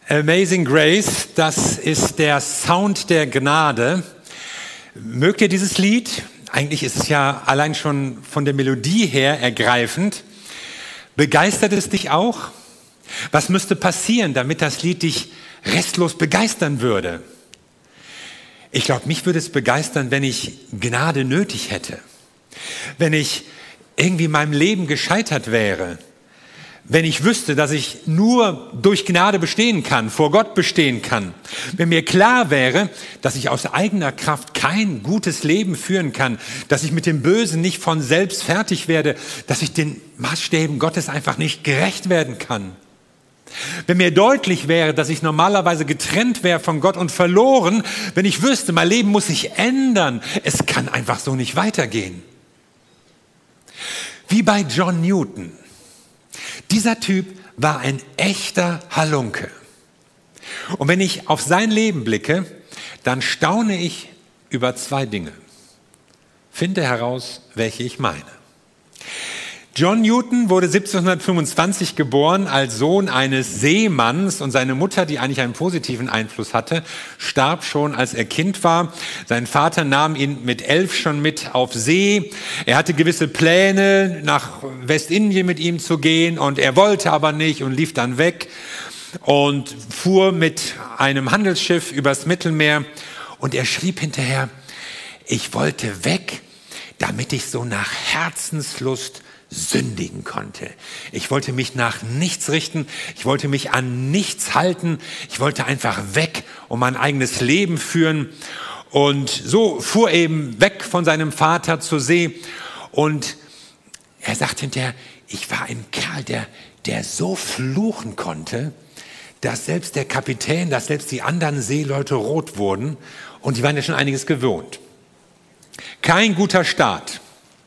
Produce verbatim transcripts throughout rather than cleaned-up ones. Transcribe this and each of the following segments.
Amazing Grace, das ist der Sound der Gnade. Mögt ihr dieses Lied? Eigentlich ist es ja allein schon von der Melodie her ergreifend. Begeistert es dich auch? Was müsste passieren, damit das Lied dich restlos begeistern würde? Ich glaube, mich würde es begeistern, wenn ich Gnade nötig hätte. Wenn ich irgendwie in meinem Leben gescheitert wäre. Wenn ich wüsste, dass ich nur durch Gnade bestehen kann, vor Gott bestehen kann. Wenn mir klar wäre, dass ich aus eigener Kraft kein gutes Leben führen kann, dass ich mit dem Bösen nicht von selbst fertig werde, dass ich den Maßstäben Gottes einfach nicht gerecht werden kann. Wenn mir deutlich wäre, dass ich normalerweise getrennt wäre von Gott und verloren, wenn ich wüsste, mein Leben muss sich ändern, es kann einfach so nicht weitergehen. Wie bei John Newton. Dieser Typ war ein echter Halunke. Und wenn ich auf sein Leben blicke, dann staune ich über zwei Dinge. Finde heraus, welche ich meine. John Newton wurde siebzehnhundertfünfundzwanzig geboren als Sohn eines Seemanns und seine Mutter, die eigentlich einen positiven Einfluss hatte, starb schon, als er Kind war. Sein Vater nahm ihn mit elf schon mit auf See. Er hatte gewisse Pläne, nach Westindien mit ihm zu gehen und er wollte aber nicht und lief dann weg und fuhr mit einem Handelsschiff übers Mittelmeer und er schrieb hinterher, ich wollte weg, damit ich so nach Herzenslust sündigen konnte. Ich wollte mich nach nichts richten, ich wollte mich an nichts halten, ich wollte einfach weg und mein eigenes Leben führen. Und so fuhr eben weg von seinem Vater zur See und er sagt hinterher, ich war ein Kerl, der, der so fluchen konnte, dass selbst der Kapitän, dass selbst die anderen Seeleute rot wurden und die waren ja schon einiges gewohnt. Kein guter Start.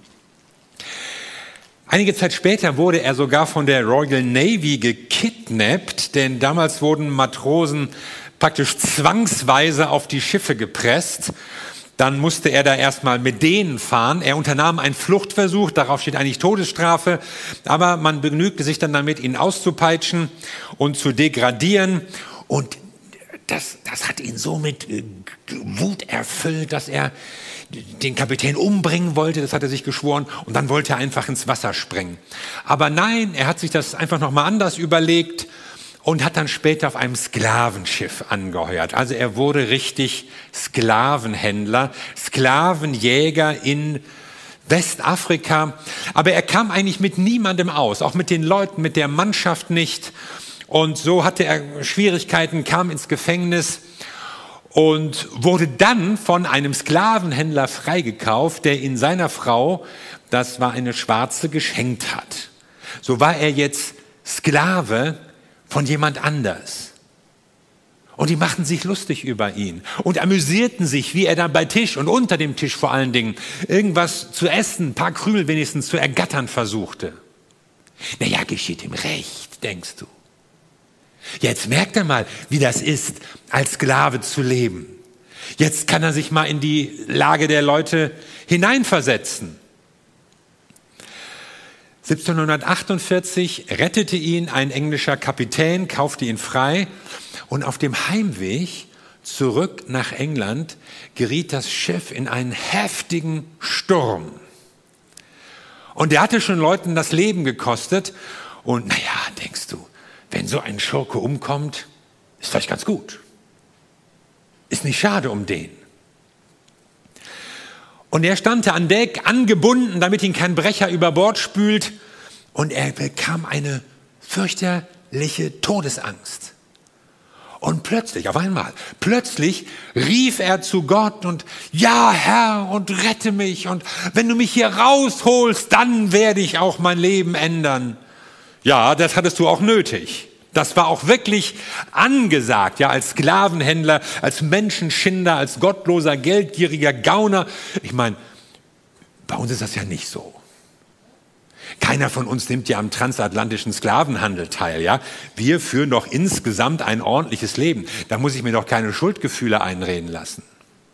Einige Zeit später wurde er sogar von der Royal Navy gekidnappt, denn damals wurden Matrosen praktisch zwangsweise auf die Schiffe gepresst. Dann musste er da erstmal mit denen fahren. Er unternahm einen Fluchtversuch, darauf steht eigentlich Todesstrafe, aber man begnügte sich dann damit, ihn auszupeitschen und zu degradieren. Und das, das hat ihn so mit Wut erfüllt, dass er den Kapitän umbringen wollte, das hat er sich geschworen, und dann wollte er einfach ins Wasser springen. Aber nein, er hat sich das einfach nochmal anders überlegt und hat dann später auf einem Sklavenschiff angeheuert. Also er wurde richtig Sklavenhändler, Sklavenjäger in Westafrika. Aber er kam eigentlich mit niemandem aus, auch mit den Leuten, mit der Mannschaft nicht. Und so hatte er Schwierigkeiten, kam ins Gefängnis und wurde dann von einem Sklavenhändler freigekauft, der ihn seiner Frau, das war eine Schwarze, geschenkt hat. So war er jetzt Sklave von jemand anders. Und die machten sich lustig über ihn und amüsierten sich, wie er dann bei Tisch und unter dem Tisch vor allen Dingen irgendwas zu essen, ein paar Krümel wenigstens zu ergattern versuchte. Naja, geschieht ihm recht, denkst du. Jetzt merkt er mal, wie das ist, als Sklave zu leben. Jetzt kann er sich mal in die Lage der Leute hineinversetzen. siebzehnhundertachtundvierzig rettete ihn ein englischer Kapitän, kaufte ihn frei und auf dem Heimweg zurück nach England geriet das Schiff in einen heftigen Sturm. Und der hatte schon Leuten das Leben gekostet und naja, denkst du, wenn so ein Schurke umkommt, ist vielleicht ganz gut. Ist nicht schade um den. Und er stand an Deck, angebunden, damit ihn kein Brecher über Bord spült. Und er bekam eine fürchterliche Todesangst. Und plötzlich, auf einmal, plötzlich rief er zu Gott und, ja Herr, und rette mich. Und wenn du mich hier rausholst, dann werde ich auch mein Leben ändern. Ja, das hattest du auch nötig. Das war auch wirklich angesagt, ja, als Sklavenhändler, als Menschenschinder, als gottloser, geldgieriger Gauner. Ich meine, bei uns ist das ja nicht so. Keiner von uns nimmt ja am transatlantischen Sklavenhandel teil, ja. Wir führen doch insgesamt ein ordentliches Leben. Da muss ich mir doch keine Schuldgefühle einreden lassen.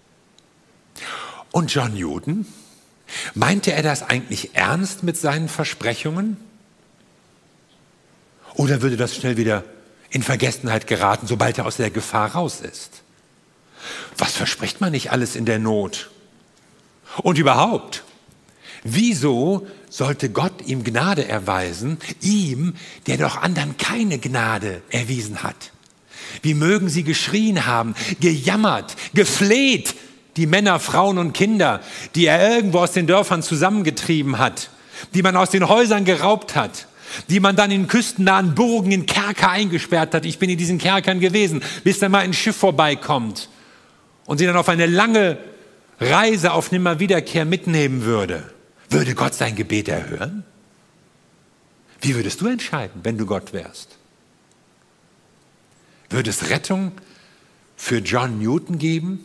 Und John Newton, meinte er das eigentlich ernst mit seinen Versprechungen? Oder würde das schnell wieder in Vergessenheit geraten, sobald er aus der Gefahr raus ist. Was verspricht man nicht alles in der Not? Und überhaupt, wieso sollte Gott ihm Gnade erweisen, ihm, der doch anderen keine Gnade erwiesen hat? Wie mögen sie geschrien haben, gejammert, gefleht, die Männer, Frauen und Kinder, die er irgendwo aus den Dörfern zusammengetrieben hat, die man aus den Häusern geraubt hat, die man dann in küstennahen Burgen in Kerker eingesperrt hat. Ich bin in diesen Kerkern gewesen, bis dann mal ein Schiff vorbeikommt und sie dann auf eine lange Reise auf Nimmerwiederkehr mitnehmen würde. Würde Gott sein Gebet erhören? Wie würdest du entscheiden, wenn du Gott wärst? Würde es Rettung für John Newton geben?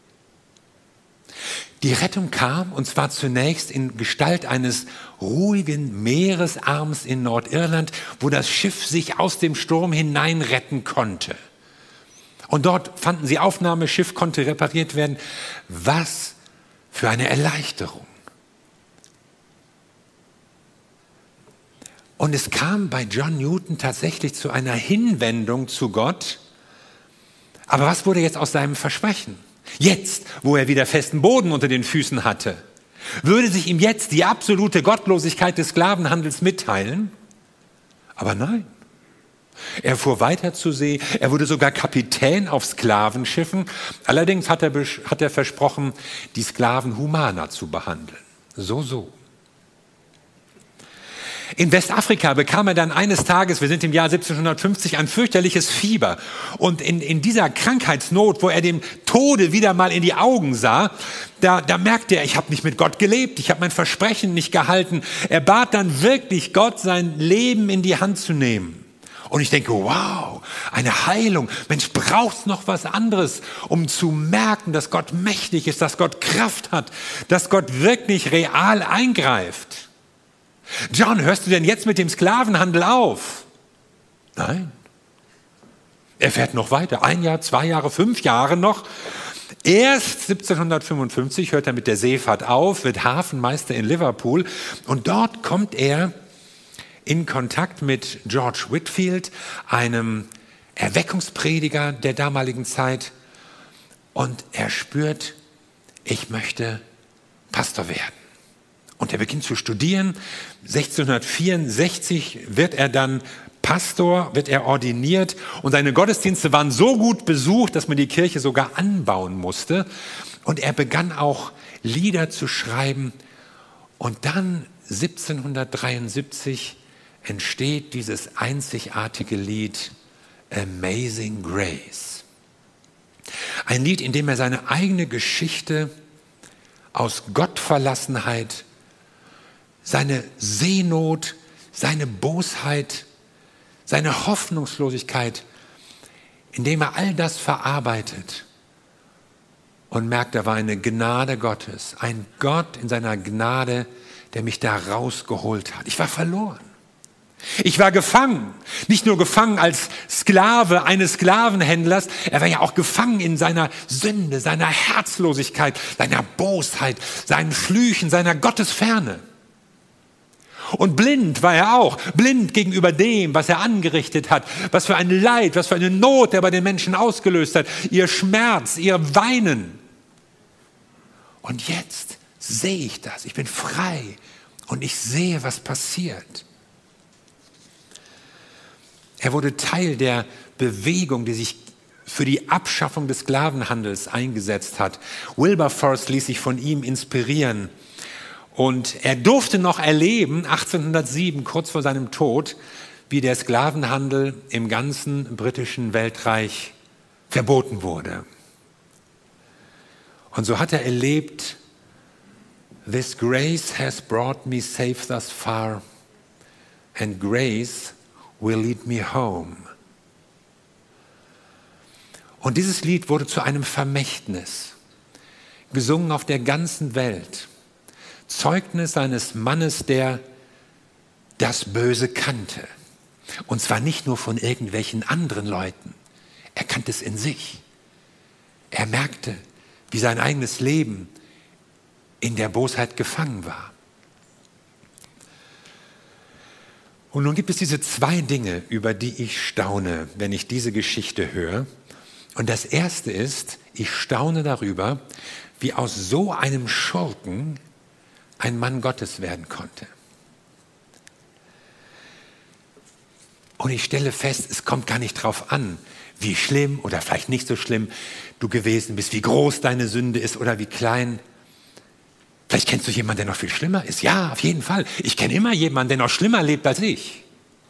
Die Rettung kam, und zwar zunächst in Gestalt eines ruhigen Meeresarms in Nordirland, wo das Schiff sich aus dem Sturm hinein retten konnte. Und dort fanden sie Aufnahme, Schiff konnte repariert werden. Was für eine Erleichterung. Und es kam bei John Newton tatsächlich zu einer Hinwendung zu Gott. Aber was wurde jetzt aus seinem Versprechen? Jetzt, wo er wieder festen Boden unter den Füßen hatte, würde sich ihm jetzt die absolute Gottlosigkeit des Sklavenhandels mitteilen? Aber nein. Er fuhr weiter zur See, er wurde sogar Kapitän auf Sklavenschiffen. Allerdings hat er, hat er versprochen, die Sklaven humaner zu behandeln. So, so. In Westafrika bekam er dann eines Tages, wir sind im Jahr siebzehnhundertfünfzig, ein fürchterliches Fieber. Und in, in dieser Krankheitsnot, wo er dem Tode wieder mal in die Augen sah, da, da merkte er, ich habe nicht mit Gott gelebt, ich habe mein Versprechen nicht gehalten. Er bat dann wirklich Gott, sein Leben in die Hand zu nehmen. Und ich denke, wow, eine Heilung. Mensch, braucht's noch was anderes, um zu merken, dass Gott mächtig ist, dass Gott Kraft hat, dass Gott wirklich real eingreift. John, hörst du denn jetzt mit dem Sklavenhandel auf? Nein. Er fährt noch weiter. Ein Jahr, zwei Jahre, fünf Jahre noch. Erst siebzehnhundertfünfundfünfzig hört er mit der Seefahrt auf, wird Hafenmeister in Liverpool. Und dort kommt er in Kontakt mit George Whitefield, einem Erweckungsprediger der damaligen Zeit. Und er spürt, ich möchte Pastor werden. Und er beginnt zu studieren. sechzehnhundertvierundsechzig wird er dann Pastor, wird er ordiniert. Und seine Gottesdienste waren so gut besucht, dass man die Kirche sogar anbauen musste. Und er begann auch Lieder zu schreiben. Und dann siebzehnhundertdreiundsiebzig entsteht dieses einzigartige Lied Amazing Grace. Ein Lied, in dem er seine eigene Geschichte aus Gottverlassenheit, seine Seenot, seine Bosheit, seine Hoffnungslosigkeit, indem er all das verarbeitet und merkt, da war eine Gnade Gottes, ein Gott in seiner Gnade, der mich da rausgeholt hat. Ich war verloren. Ich war gefangen, nicht nur gefangen als Sklave eines Sklavenhändlers, er war ja auch gefangen in seiner Sünde, seiner Herzlosigkeit, seiner Bosheit, seinen Flüchen, seiner Gottesferne. Und blind war er auch, blind gegenüber dem, was er angerichtet hat, was für ein Leid, was für eine Not er bei den Menschen ausgelöst hat, ihr Schmerz, ihr Weinen. Und jetzt sehe ich das, ich bin frei und ich sehe, was passiert. Er wurde Teil der Bewegung, die sich für die Abschaffung des Sklavenhandels eingesetzt hat. Wilberforce ließ sich von ihm inspirieren. Und er durfte noch erleben, achtzehnhundertsieben, kurz vor seinem Tod, wie der Sklavenhandel im ganzen britischen Weltreich verboten wurde. Und so hat er erlebt, This grace has brought me safe thus far, and grace will lead me home. Und dieses Lied wurde zu einem Vermächtnis, gesungen auf der ganzen Welt. Zeugnis eines Mannes, der das Böse kannte. Und zwar nicht nur von irgendwelchen anderen Leuten. Er kannte es in sich. Er merkte, wie sein eigenes Leben in der Bosheit gefangen war. Und nun gibt es diese zwei Dinge, über die ich staune, wenn ich diese Geschichte höre. Und das erste ist, ich staune darüber, wie aus so einem Schurken ein Mann Gottes werden konnte. Und ich stelle fest, es kommt gar nicht drauf an, wie schlimm oder vielleicht nicht so schlimm du gewesen bist, wie groß deine Sünde ist oder wie klein. Vielleicht kennst du jemanden, der noch viel schlimmer ist. Ja, auf jeden Fall. Ich kenne immer jemanden, der noch schlimmer lebt als ich.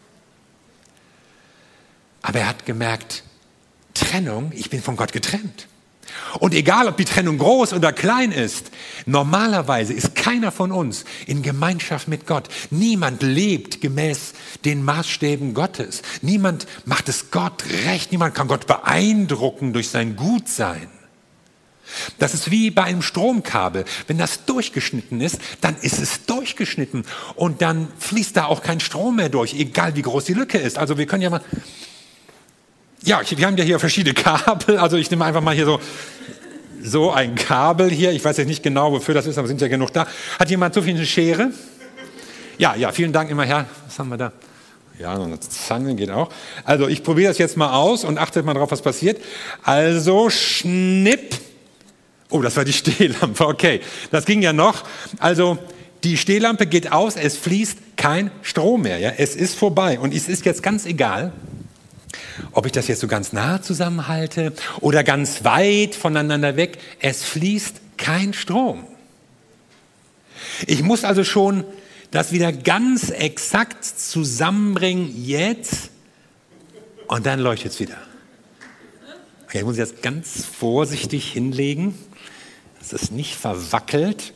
Aber er hat gemerkt, Trennung, ich bin von Gott getrennt. Und egal, ob die Trennung groß oder klein ist, normalerweise ist keiner von uns in Gemeinschaft mit Gott. Niemand lebt gemäß den Maßstäben Gottes. Niemand macht es Gott recht. Niemand kann Gott beeindrucken durch sein Gutsein. Das ist wie bei einem Stromkabel. Wenn das durchgeschnitten ist, dann ist es durchgeschnitten. Und dann fließt da auch kein Strom mehr durch, egal wie groß die Lücke ist. Also wir können ja mal... Ja, wir haben ja hier verschiedene Kabel. Also ich nehme einfach mal hier so, so ein Kabel hier. Ich weiß jetzt nicht genau, wofür das ist, aber sind ja genug da. Hat jemand so viel eine Schere? Ja, ja, vielen Dank immer her. Was haben wir da? Ja, noch eine Zange geht auch. Also ich probiere das jetzt mal aus und achtet mal drauf, was passiert. Also schnipp. Oh, das war die Stehlampe. Okay, das ging ja noch. Also die Stehlampe geht aus, es fließt kein Strom mehr. Ja? Es ist vorbei und es ist jetzt ganz egal, ob ich das jetzt so ganz nah zusammenhalte oder ganz weit voneinander weg. Es fließt kein Strom. Ich muss also schon das wieder ganz exakt zusammenbringen, jetzt, und dann leuchtet es wieder. Okay, ich muss jetzt ganz vorsichtig hinlegen, dass es nicht verwackelt.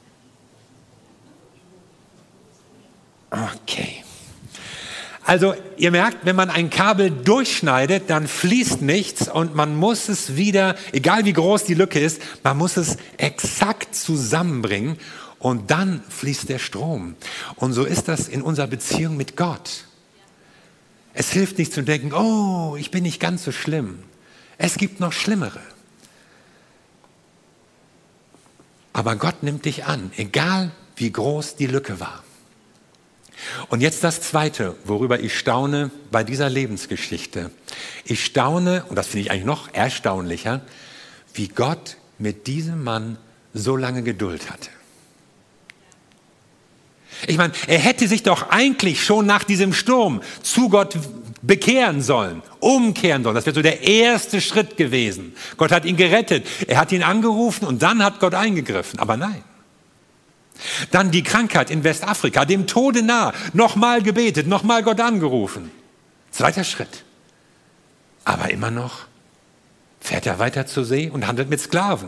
Okay. Also ihr merkt, wenn man ein Kabel durchschneidet, dann fließt nichts und man muss es wieder, egal wie groß die Lücke ist, man muss es exakt zusammenbringen und dann fließt der Strom. Und so ist das in unserer Beziehung mit Gott. Es hilft nicht zu denken, oh, ich bin nicht ganz so schlimm. Es gibt noch Schlimmere. Aber Gott nimmt dich an, egal wie groß die Lücke war. Und jetzt das Zweite, worüber ich staune bei dieser Lebensgeschichte. Ich staune, und das finde ich eigentlich noch erstaunlicher, wie Gott mit diesem Mann so lange Geduld hatte. Ich meine, er hätte sich doch eigentlich schon nach diesem Sturm zu Gott bekehren sollen, umkehren sollen. Das wäre so der erste Schritt gewesen. Gott hat ihn gerettet, er hat ihn angerufen und dann hat Gott eingegriffen. Aber nein. Dann die Krankheit in Westafrika, dem Tode nah, nochmal gebetet, nochmal Gott angerufen. Zweiter Schritt. Aber immer noch fährt er weiter zur See und handelt mit Sklaven.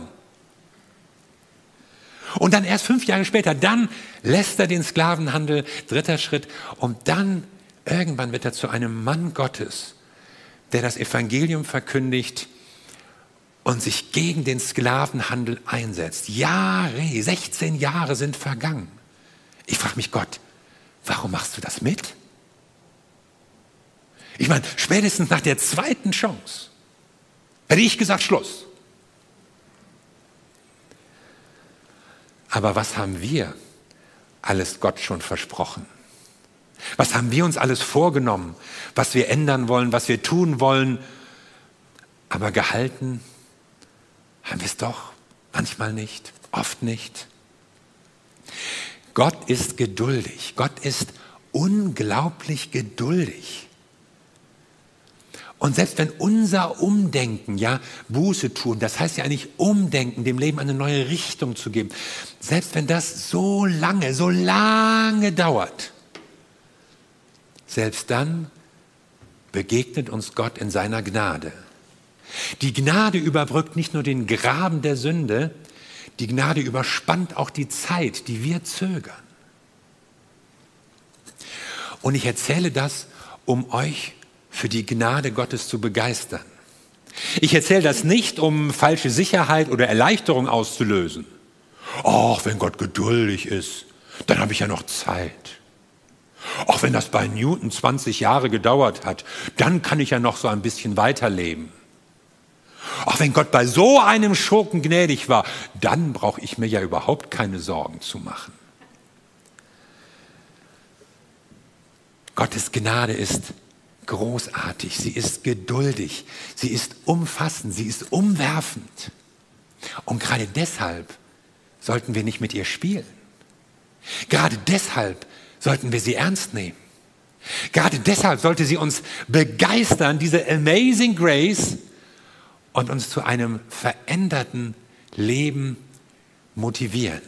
Und dann erst fünf Jahre später, dann lässt er den Sklavenhandel, dritter Schritt, und dann irgendwann wird er zu einem Mann Gottes, der das Evangelium verkündigt und sich gegen den Sklavenhandel einsetzt. Jahre, sechzehn Jahre sind vergangen. Ich frage mich, Gott, warum machst du das mit? Ich meine, spätestens nach der zweiten Chance hätte ich gesagt, Schluss. Aber was haben wir alles Gott schon versprochen? Was haben wir uns alles vorgenommen, was wir ändern wollen, was wir tun wollen? Aber gehalten haben wir es doch manchmal nicht, oft nicht. Gott ist geduldig. Gott ist unglaublich geduldig. Und selbst wenn unser Umdenken, ja, Buße tun, das heißt ja eigentlich umdenken, dem Leben eine neue Richtung zu geben, selbst wenn das so lange, so lange dauert, selbst dann begegnet uns Gott in seiner Gnade. Die Gnade überbrückt nicht nur den Graben der Sünde, die Gnade überspannt auch die Zeit, die wir zögern. Und ich erzähle das, um euch für die Gnade Gottes zu begeistern. Ich erzähle das nicht, um falsche Sicherheit oder Erleichterung auszulösen. Ach, wenn Gott geduldig ist, dann habe ich ja noch Zeit. Auch wenn das bei Newton zwanzig Jahre gedauert hat, dann kann ich ja noch so ein bisschen weiterleben. Auch wenn Gott bei so einem Schurken gnädig war, dann brauche ich mir ja überhaupt keine Sorgen zu machen. Gottes Gnade ist großartig, sie ist geduldig, sie ist umfassend, sie ist umwerfend. Und gerade deshalb sollten wir nicht mit ihr spielen. Gerade deshalb sollten wir sie ernst nehmen. Gerade deshalb sollte sie uns begeistern, diese Amazing Grace, und uns zu einem veränderten Leben motivieren.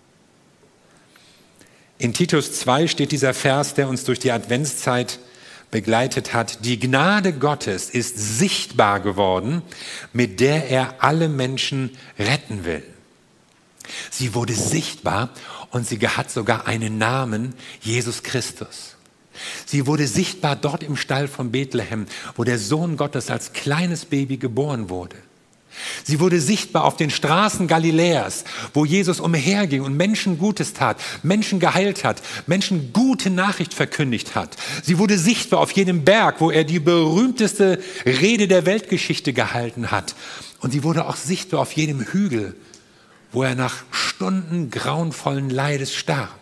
In Titus zwei steht dieser Vers, der uns durch die Adventszeit begleitet hat. Die Gnade Gottes ist sichtbar geworden, mit der er alle Menschen retten will. Sie wurde sichtbar und sie hat sogar einen Namen, Jesus Christus. Sie wurde sichtbar dort im Stall von Bethlehem, wo der Sohn Gottes als kleines Baby geboren wurde. Sie wurde sichtbar auf den Straßen Galiläas, wo Jesus umherging und Menschen Gutes tat, Menschen geheilt hat, Menschen gute Nachricht verkündigt hat. Sie wurde sichtbar auf jedem Berg, wo er die berühmteste Rede der Weltgeschichte gehalten hat. Und sie wurde auch sichtbar auf jedem Hügel, wo er nach Stunden grauenvollen Leides starb.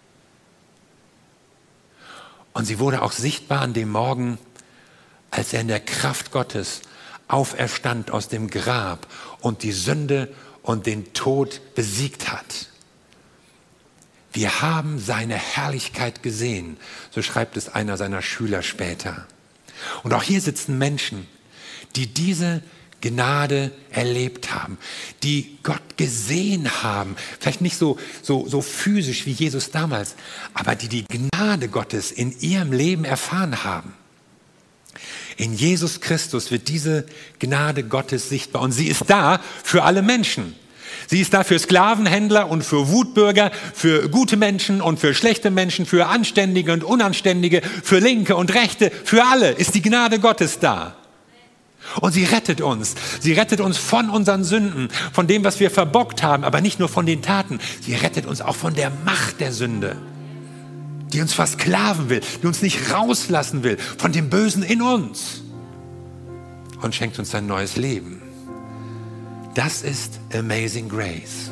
Und sie wurde auch sichtbar an dem Morgen, als er in der Kraft Gottes auferstand aus dem Grab und die Sünde und den Tod besiegt hat. Wir haben seine Herrlichkeit gesehen, so schreibt es einer seiner Schüler später. Und auch hier sitzen Menschen, die diese Gnade erlebt haben, die Gott gesehen haben, vielleicht nicht so, so, so physisch wie Jesus damals, aber die die Gnade Gottes in ihrem Leben erfahren haben. In Jesus Christus wird diese Gnade Gottes sichtbar und sie ist da für alle Menschen. Sie ist da für Sklavenhändler und für Wutbürger, für gute Menschen und für schlechte Menschen, für Anständige und Unanständige, für Linke und Rechte, für alle ist die Gnade Gottes da. Und sie rettet uns. Sie rettet uns von unseren Sünden, von dem, was wir verbockt haben, aber nicht nur von den Taten. Sie rettet uns auch von der Macht der Sünde, die uns versklaven will, die uns nicht rauslassen will, von dem Bösen in uns und schenkt uns ein neues Leben. Das ist Amazing Grace.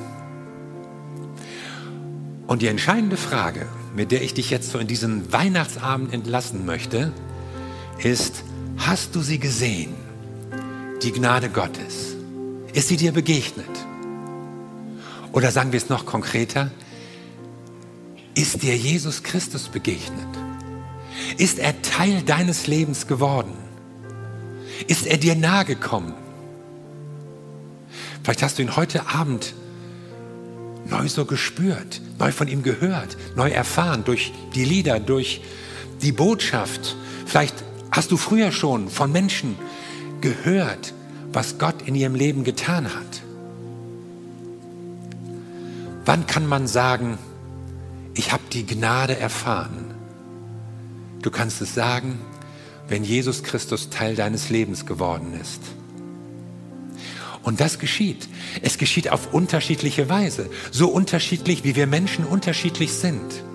Und die entscheidende Frage, mit der ich dich jetzt so in diesen Weihnachtsabend entlassen möchte, ist, hast du sie gesehen? Die Gnade Gottes. Ist sie dir begegnet? Oder sagen wir es noch konkreter, ist dir Jesus Christus begegnet? Ist er Teil deines Lebens geworden? Ist er dir nahe gekommen? Vielleicht hast du ihn heute Abend neu so gespürt, neu von ihm gehört, neu erfahren durch die Lieder, durch die Botschaft. Vielleicht hast du früher schon von Menschen gehört, was Gott in ihrem Leben getan hat. Wann kann man sagen, ich habe die Gnade erfahren? Du kannst es sagen, wenn Jesus Christus Teil deines Lebens geworden ist. Und das geschieht. Es geschieht auf unterschiedliche Weise. So unterschiedlich, wie wir Menschen unterschiedlich sind.